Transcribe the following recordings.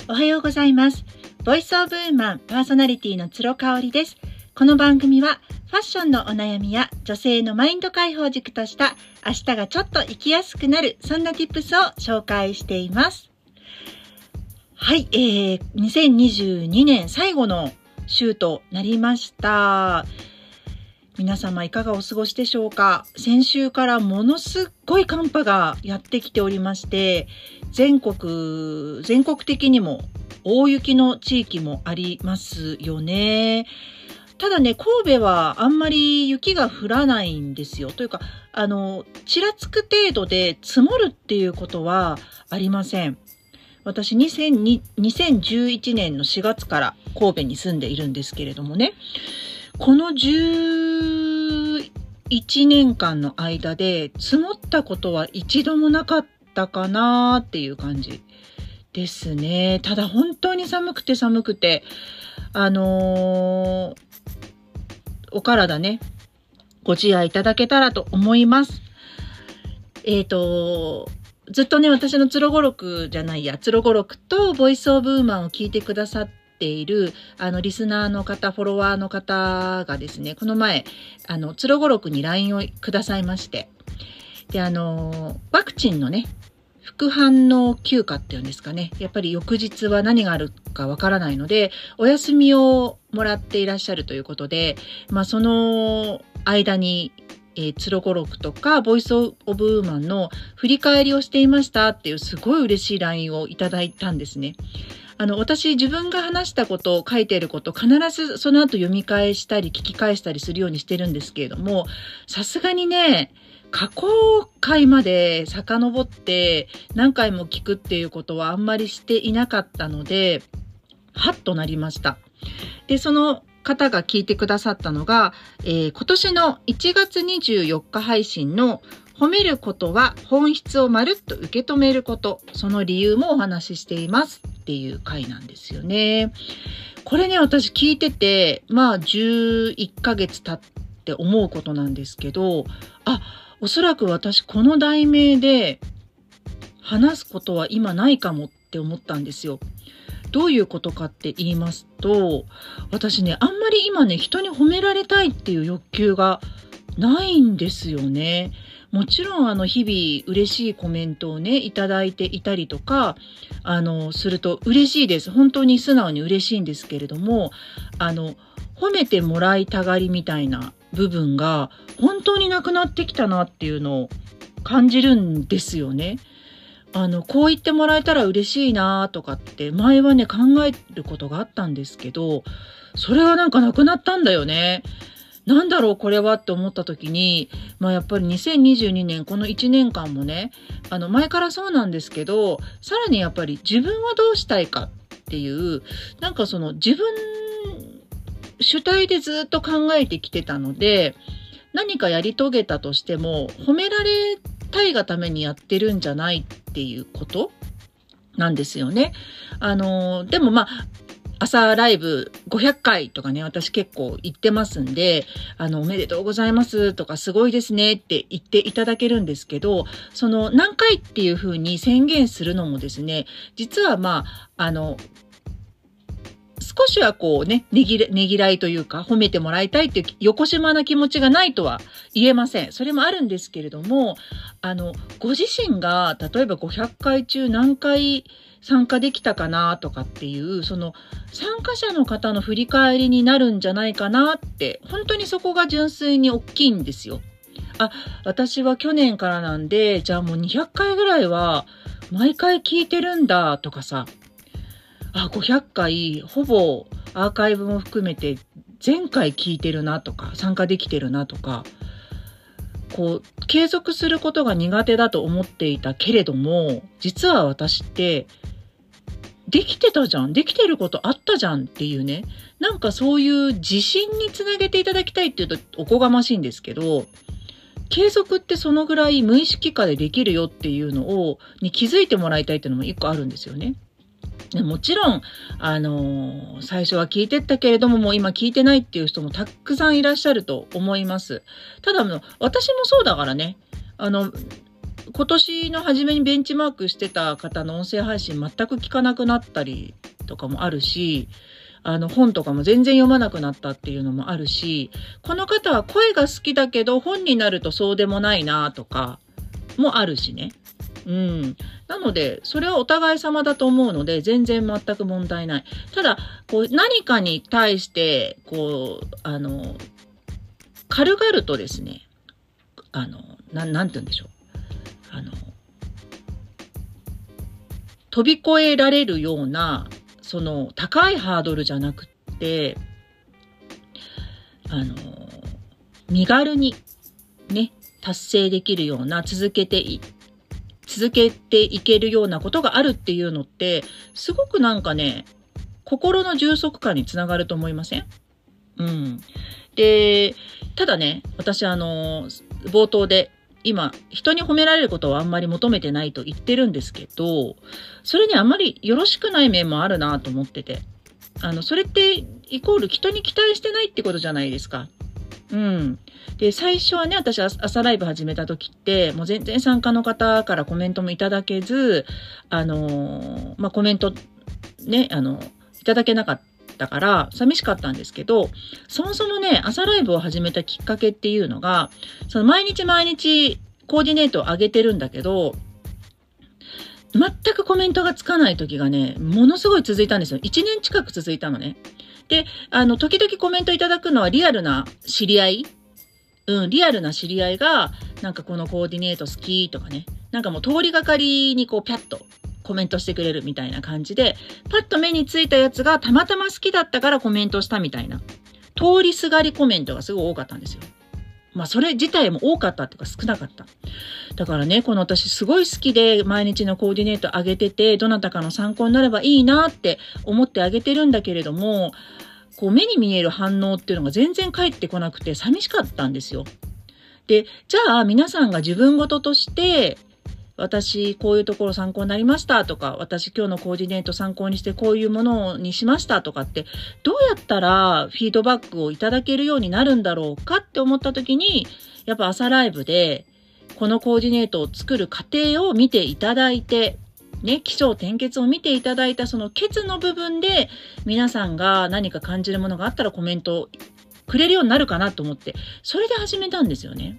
おはようございます。ボイスオブウーマンパーソナリティのつろかおりです。この番組はファッションのお悩みや女性のマインド解放軸とした明日がちょっと生きやすくなる、そんな tips を紹介しています。はい、2022年最後の週となりました。皆様いかがお過ごしでしょうか。先週からものすっごい寒波がやってきておりまして、全国的にも大雪の地域もありますよね。ただね、神戸はあんまり雪が降らないんですよ。というか、ちらつく程度で積もるっていうことはありません。私2011年の4月から神戸に住んでいるんですけれどもね、この11年間の間で積もったことは一度もなかったかなっていう感じですね。ただ本当に寒くて、お体ね、ご自愛いただけたらと思います。ずっとね、私のつろごろくとボイスオブウーマンを聞いてくださっている、リスナーの方、フォロワーの方がですね、この前、つろごろくに LINE をくださいまして、で、ワクチンのね、副反応休暇っていうんですかね。やっぱり翌日は何があるかわからないので、お休みをもらっていらっしゃるということで、その間に、つろごろくとか、ボイスオブウーマンの振り返りをしていましたっていうすごい嬉しい LINE をいただいたんですね。私自分が話したこと、書いていること、必ずその後読み返したり聞き返したりするようにしてるんですけれども、さすがにね、過去回まで遡って何回も聞くっていうことはあんまりしていなかったので、はっとなりました。で、その方が聞いてくださったのが、今年の1月24日配信の褒めることは本質をまるっと受け止めること、その理由もお話ししていますっていう回なんですよね。これね、私聞いてて、11ヶ月経って思うことなんですけど、おそらく私この題名で話すことは今ないかもって思ったんですよ。どういうことかって言いますと、私ね、あんまり今ね、人に褒められたいっていう欲求がないんですよね。もちろん日々嬉しいコメントをね、いただいていたりとか、すると嬉しいです。本当に素直に嬉しいんですけれども、褒めてもらいたがりみたいな部分が本当になくなってきたなっていうのを感じるんですよね。こう言ってもらえたら嬉しいなとかって前はね考えることがあったんですけど、それはなんかなくなったんだよね。なんだろうこれはって思った時に、やっぱり2022年この1年間もね、前からそうなんですけど、さらにやっぱり自分はどうしたいかっていう、なんかその自分主体でずっと考えてきてたので、何かやり遂げたとしても褒められたいがためにやってるんじゃないっていうことなんですよね。でも朝ライブ500回とかね、私結構言ってますんで、おめでとうございますとかすごいですねって言っていただけるんですけど、その何回っていう風に宣言するのもですね、実は少しはこうね、ねぎらいというか、褒めてもらいたいっていうよこしまな気持ちがないとは言えません。それもあるんですけれども、ご自身が例えば500回中何回参加できたかなとかっていう、その参加者の方の振り返りになるんじゃないかなって、本当にそこが純粋に大きいんですよ。私は去年からなんで、じゃあもう200回ぐらいは毎回聞いてるんだとかさ、500回ほぼアーカイブも含めて全回聞いてるなとか、参加できてるなとか、継続することが苦手だと思っていたけれども、実は私ってできてたじゃん、できてることあったじゃんっていうね、なんかそういう自信につなげていただきたいっていうとおこがましいんですけど、継続ってそのぐらい無意識化でできるよっていうのに気づいてもらいたいっていうのも一個あるんですよね。もちろん、最初は聞いてったけれども、もう今聞いてないっていう人もたくさんいらっしゃると思います。ただ、私もそうだからね。 今年の初めにベンチマークしてた方の音声配信全く聞かなくなったりとかもあるし、本とかも全然読まなくなったっていうのもあるし、この方は声が好きだけど本になるとそうでもないなとかもあるしね。なので、それはお互い様だと思うので、全然全く問題ない。ただ、何かに対して、軽々とですね、なんて言うんでしょう。飛び越えられるような、その高いハードルじゃなくって、身軽にね、達成できるような、続けていけるようなことがあるっていうのって、すごくなんかね、心の充足感につながると思いません？で、ただね、私冒頭で、今、人に褒められることはあんまり求めてないと言ってるんですけど、それにあんまりよろしくない面もあるなと思ってて。それってイコール人に期待してないってことじゃないですか。で、最初はね、私朝ライブ始めた時って、もう全然参加の方からコメントもいただけず、コメントね、いただけなかったから寂しかったんですけど、そもそもね、朝ライブを始めたきっかけっていうのが、その毎日コーディネートを上げてるんだけど、全くコメントがつかない時がね、ものすごい続いたんですよ。1年近く続いたのね。で、時々コメントいただくのはリアルな知り合いリアルな知り合いが、なんかこのコーディネート好きとかね、なんかもう通りがかりにピャッとコメントしてくれるみたいな感じで、パッと目についたやつがたまたま好きだったからコメントしたみたいな、通りすがりコメントがすごい多かったんですよ。それ自体も多かったっていうか少なかった。だからね、この私すごい好きで毎日のコーディネート上げてて、どなたかの参考になればいいなって思ってあげてるんだけれども、目に見える反応っていうのが全然返ってこなくて寂しかったんですよ。で、じゃあ皆さんが自分事として、私こういうところ参考になりましたとか、私今日のコーディネート参考にしてこういうものにしましたとかって、どうやったらフィードバックをいただけるようになるんだろうかって思った時に、やっぱ朝ライブでこのコーディネートを作る過程を見ていただいて、ね、起承転結を見ていただいたそのケツの部分で皆さんが何か感じるものがあったらコメントくれるようになるかなと思って、それで始めたんですよね。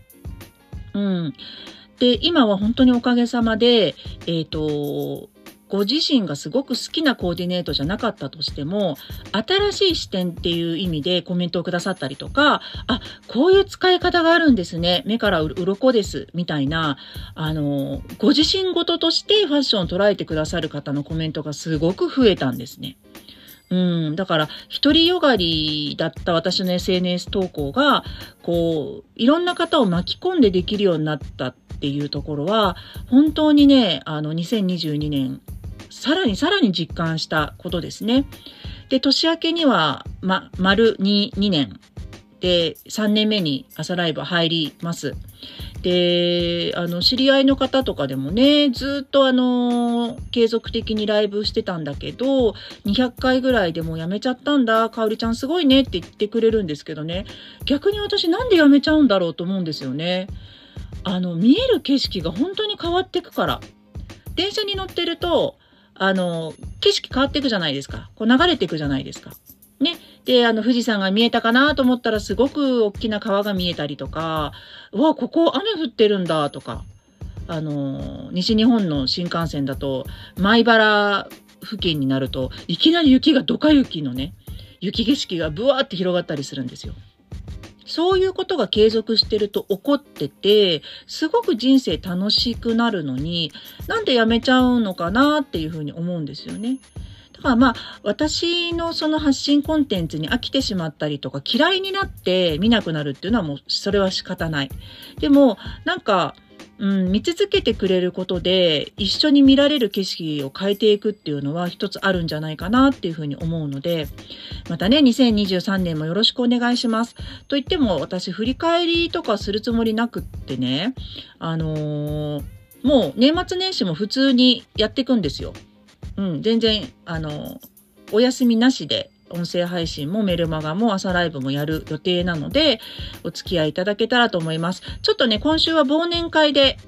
で、今は本当におかげさまで、ご自身がすごく好きなコーディネートじゃなかったとしても、新しい視点っていう意味でコメントをくださったりとか、こういう使い方があるんですね。目から鱗です。みたいな、ご自身事としてファッションを捉えてくださる方のコメントがすごく増えたんですね。だから、独りよがりだった私の SNS 投稿が、いろんな方を巻き込んでできるようになったっていうところは、本当にね、2022年、さらに実感したことですね。で、年明けには、丸2年で、3年目に朝ライブ入ります。で、知り合いの方とかでもね、ずっと継続的にライブしてたんだけど、200回ぐらいでもうやめちゃったんだ、かおりちゃんすごいねって言ってくれるんですけどね、逆に私なんでやめちゃうんだろうと思うんですよね。見える景色が本当に変わってくから。電車に乗ってると、景色変わっていくじゃないですか。流れていくじゃないですか。ね。で、富士山が見えたかなと思ったらすごく大きな川が見えたりとか、うわ、ここ雨降ってるんだとか、西日本の新幹線だと、米原付近になると、いきなり雪がドカ雪のね、雪景色がブワーって広がったりするんですよ。そういうことが継続してると起こってて、すごく人生楽しくなるのに、なんでやめちゃうのかなっていうふうに思うんですよね。だから私のその発信コンテンツに飽きてしまったりとか、嫌いになって見なくなるっていうのはもう、それは仕方ない。でも、見続けてくれることで、一緒に見られる景色を変えていくっていうのは一つあるんじゃないかなっていうふうに思うので、またね、2023年もよろしくお願いします。と言っても、私、振り返りとかするつもりなくってね、もう年末年始も普通にやっていくんですよ。全然、お休みなしで、音声配信もメルマガも朝ライブもやる予定なので、お付き合いいただけたらと思います。ちょっとね、今週は忘年会で、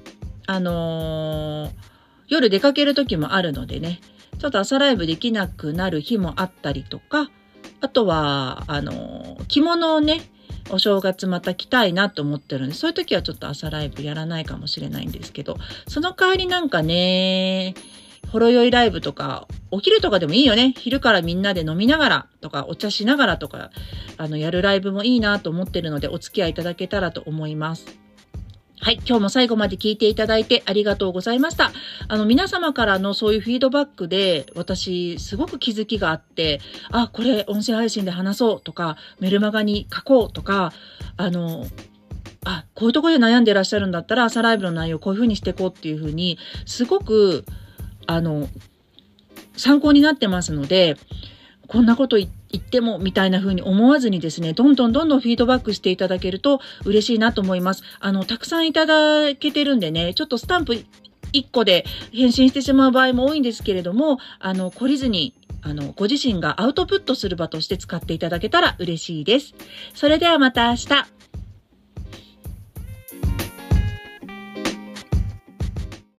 夜出かける時もあるのでね、ちょっと朝ライブできなくなる日もあったりとか、あとは、着物をね、お正月また着たいなと思ってるんで、そういう時はちょっと朝ライブやらないかもしれないんですけど、その代わりなんかね、ほろ酔いライブとか、お昼とかでもいいよね。昼からみんなで飲みながらとか、お茶しながらとか、やるライブもいいなと思ってるので、お付き合いいただけたらと思います。はい。今日も最後まで聞いていただいてありがとうございました。皆様からのそういうフィードバックで、私、すごく気づきがあって、あ、これ、音声配信で話そうとか、メルマガに書こうとか、こういうところで悩んでらっしゃるんだったら、朝ライブの内容こういうふうにしていこうっていうふうに、すごく、参考になってますので、こんなこと言ってもみたいな風に思わずにですね、どんどんフィードバックしていただけると嬉しいなと思います。たくさんいただけてるんでね、ちょっとスタンプ1個で返信してしまう場合も多いんですけれども、懲りずに、ご自身がアウトプットする場として使っていただけたら嬉しいです。それではまた明日。